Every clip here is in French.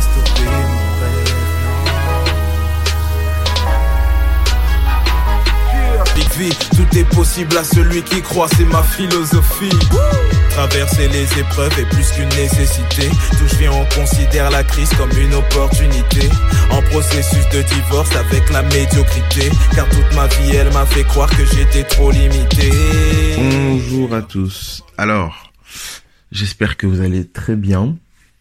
stopper mon rêve, non. Big V, tout est possible à celui qui croit, c'est ma philosophie. Traverser les épreuves est plus qu'une nécessité. D'où je viens, on considère la crise comme une opportunité. En processus de divorce avec la médiocrité, car toute ma vie elle m'a fait croire que j'étais trop limité. Bonjour à tous. Alors, j'espère que vous allez très bien.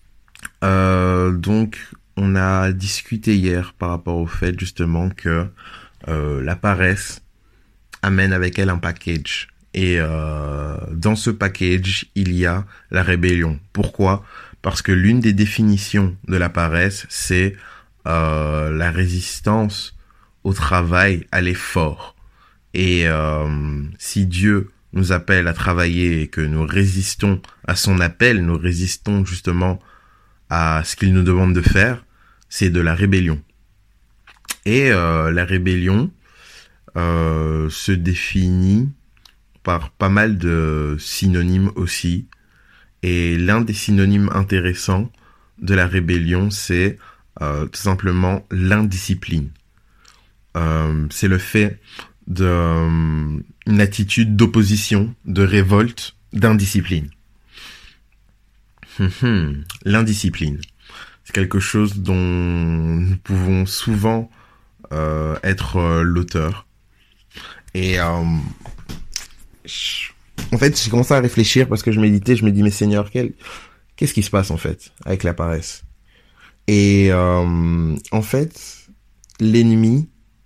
Donc, on a discuté hier par rapport au fait justement que la paresse amène avec elle un package. Et dans ce package, il y a la rébellion. Pourquoi ? Parce que l'une des définitions de la paresse, c'est la résistance au travail, à l'effort. Et si Dieu nous appelle à travailler et que nous résistons à son appel, nous résistons justement à ce qu'il nous demande de faire, c'est de la rébellion. Et la rébellion se définit par pas mal de synonymes aussi. Et l'un des synonymes intéressants de la rébellion, c'est tout simplement l'indiscipline. C'est le fait d'une attitude d'opposition, de révolte, d'indiscipline. L'indiscipline, c'est quelque chose dont nous pouvons souvent être l'auteur. Et en fait, j'ai commencé à réfléchir parce que je méditais, je me dis, mais Seigneur, qu'est-ce qui se passe en fait avec la paresse ? Et en fait, l'ennemi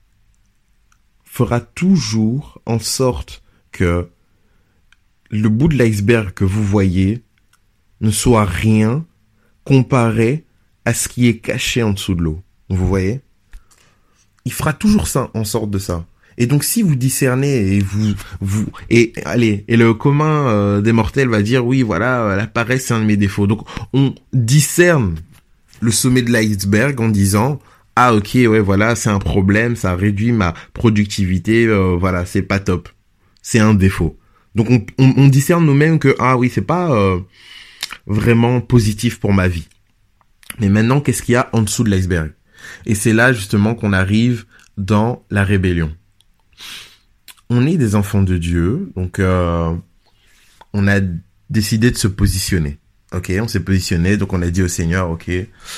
fera toujours en sorte que le bout de l'iceberg que vous voyez ne soit rien comparé à ce qui est caché en dessous de l'eau. Vous voyez ? Il fera toujours ça, en sorte de ça. Et donc, si vous discernez et le commun des mortels va dire, oui, voilà, la paresse, c'est un de mes défauts. Donc, on discerne le sommet de l'iceberg en disant, ah, ok, ouais, voilà, c'est un problème, ça réduit ma productivité, voilà, c'est pas top. C'est un défaut. Donc, on discerne nous-mêmes que, ah oui, c'est pas vraiment positif pour ma vie. Mais maintenant, qu'est-ce qu'il y a en dessous de l'iceberg ? Et c'est là, justement, qu'on arrive dans la rébellion. On est des enfants de Dieu, donc on a décidé de se positionner. Ok, on s'est positionné, donc on a dit au Seigneur, ok,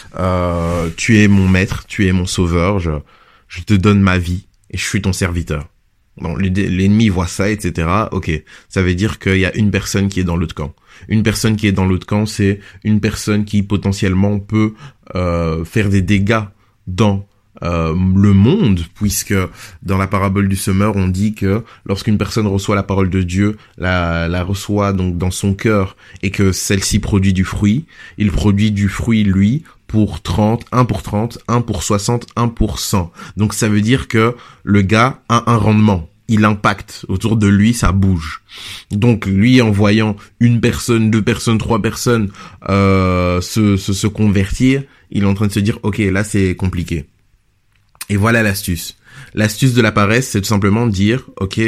tu es mon maître, tu es mon sauveur, je te donne ma vie et je suis ton serviteur. Bon, l'ennemi voit ça, etc. Ok, ça veut dire qu'il y a une personne qui est dans l'autre camp. Une personne qui est dans l'autre camp, c'est une personne qui potentiellement peut faire des dégâts dans le monde, puisque dans la parabole du semeur, on dit que lorsqu'une personne reçoit la parole de Dieu, la reçoit donc dans son cœur, et que celle-ci produit du fruit, il produit du fruit, lui, pour 30, 1 pour 30, 1 pour 60, 1 pour 100. Donc ça veut dire que le gars a un rendement. Il impacte autour de lui, ça bouge. Donc lui, en voyant une personne, 2 personnes, 3 personnes se convertir, il est en train de se dire, ok, là c'est compliqué. Et voilà l'astuce. L'astuce de la paresse, c'est tout simplement dire, ok,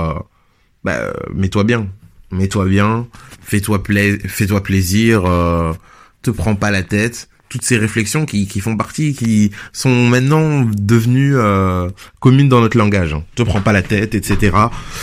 mets-toi bien, fais-toi plaisir, te prends pas la tête. Toutes ces réflexions qui font partie, qui sont maintenant devenues communes dans notre langage. Hein. Te prends pas la tête, etc.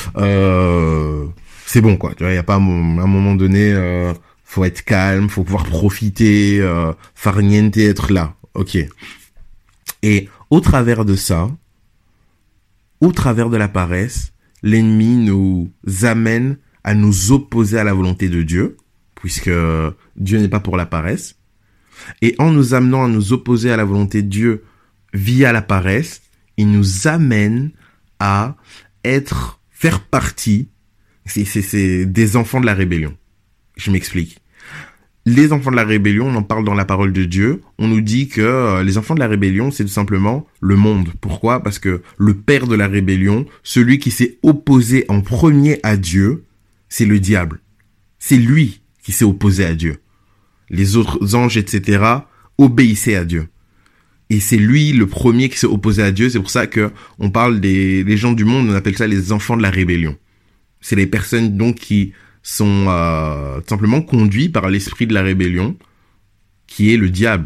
C'est bon, quoi. Tu vois, y a pas à un moment donné, faut être calme, faut pouvoir profiter, farniente, être là. Ok. Et au travers de ça, au travers de la paresse, l'ennemi nous amène à nous opposer à la volonté de Dieu, puisque Dieu n'est pas pour la paresse. Et en nous amenant à nous opposer à la volonté de Dieu via la paresse, il nous amène à faire partie, c'est des enfants de la rébellion. Je m'explique. Les enfants de la rébellion, on en parle dans la parole de Dieu, on nous dit que les enfants de la rébellion, c'est tout simplement le monde. Pourquoi ? Parce que le père de la rébellion, celui qui s'est opposé en premier à Dieu, c'est le diable. C'est lui qui s'est opposé à Dieu. Les autres anges, etc., obéissaient à Dieu. Et c'est lui le premier qui s'est opposé à Dieu. C'est pour ça que on parle les gens du monde, on appelle ça les enfants de la rébellion. C'est les personnes donc qui sont tout simplement conduits par l'esprit de la rébellion, qui est le diable.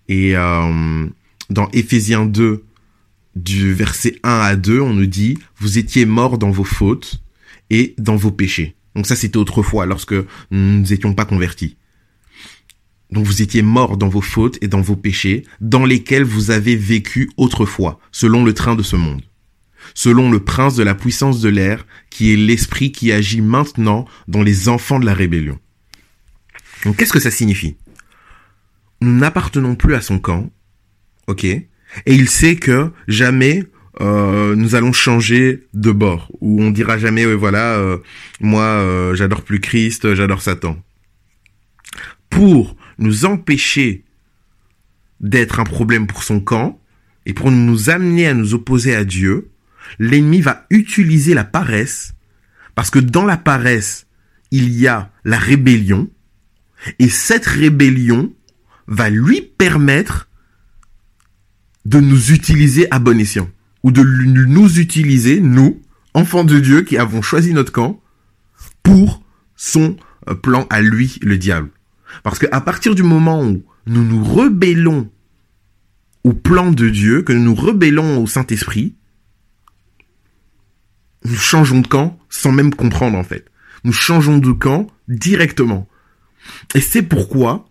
Et dans Éphésiens 2, du verset 1 à 2, on nous dit « Vous étiez morts dans vos fautes et dans vos péchés. » Donc ça, c'était autrefois, lorsque nous n'étions pas convertis. Donc vous étiez morts dans vos fautes et dans vos péchés, dans lesquels vous avez vécu autrefois, selon le train de ce monde, selon le prince de la puissance de l'air, qui est l'esprit qui agit maintenant dans les enfants de la rébellion. Donc qu'est-ce que ça signifie? Nous n'appartenons plus à son camp, ok? Et il sait que jamais nous allons changer de bord, ou on dira jamais moi j'adore plus Christ, j'adore Satan. Pour nous empêcher d'être un problème pour son camp et pour nous amener à nous opposer à Dieu, l'ennemi va utiliser la paresse, parce que dans la paresse, il y a la rébellion, et cette rébellion va lui permettre de nous utiliser à bon escient, ou de nous utiliser, nous, enfants de Dieu qui avons choisi notre camp, pour son plan à lui, le diable. Parce qu'à partir du moment où nous nous rebellons au plan de Dieu, que nous nous rebellons au Saint-Esprit, nous changeons de camp sans même comprendre en fait. Nous changeons de camp directement. Et c'est pourquoi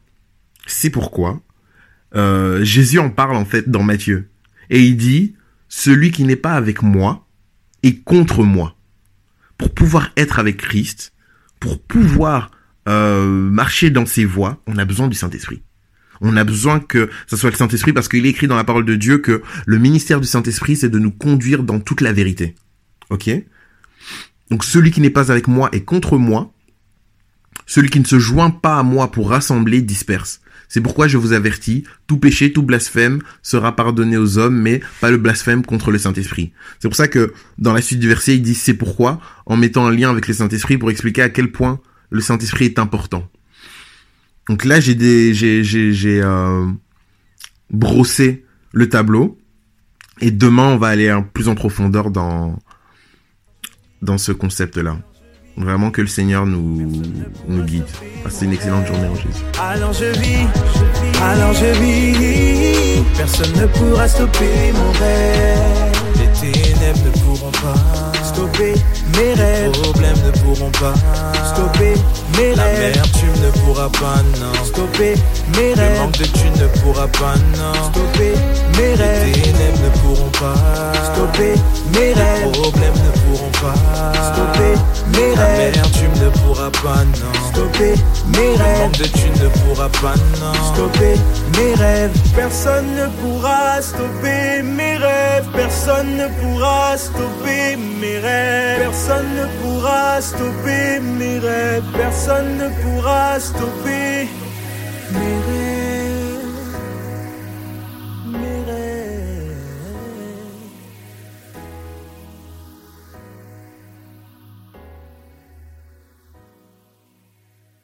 Jésus en parle en fait dans Matthieu. Et il dit, celui qui n'est pas avec moi est contre moi. Pour pouvoir être avec Christ, pour pouvoir marcher dans ses voies, on a besoin du Saint-Esprit. On a besoin que ça soit le Saint-Esprit, parce qu'il est écrit dans la parole de Dieu que le ministère du Saint-Esprit, c'est de nous conduire dans toute la vérité. Ok? Donc celui qui n'est pas avec moi est contre moi. Celui qui ne se joint pas à moi pour rassembler disperse. C'est pourquoi je vous avertis, tout péché, tout blasphème sera pardonné aux hommes, mais pas le blasphème contre le Saint-Esprit. C'est pour ça que dans la suite du verset, il dit c'est pourquoi, en mettant un lien avec le Saint-Esprit pour expliquer à quel point le Saint-Esprit est important. Donc là, j'ai brossé le tableau, et demain, on va aller plus en profondeur dans ce concept-là. Vraiment que le Seigneur nous guide. Passez une excellente journée en Jésus. Alors je vis, personne ne pourra stopper mon rêve. Les ténèbres ne pourront pas stopper mes rêves. Les problèmes ne pourront pas stopper mes rêves. L'amertume ne pourra pas, non, stopper mes rêves. Le manque de thunes ne pourra pas, non, stopper mes rêves. Les ténèbres ne pourront pas stopper mes rêves. Les problèmes ne pourront pas stopper mes rêves. L'amertume ne pourra pas, non, stopper mes rêves. Le manque de thunes ne pourra pas, non, stopper mes rêves. Personne ne pourra stopper mes rêves. Personne ne pourra stopper mes rêves. Personne ne pourra stopper mes rêves. Personne ne pourra stopper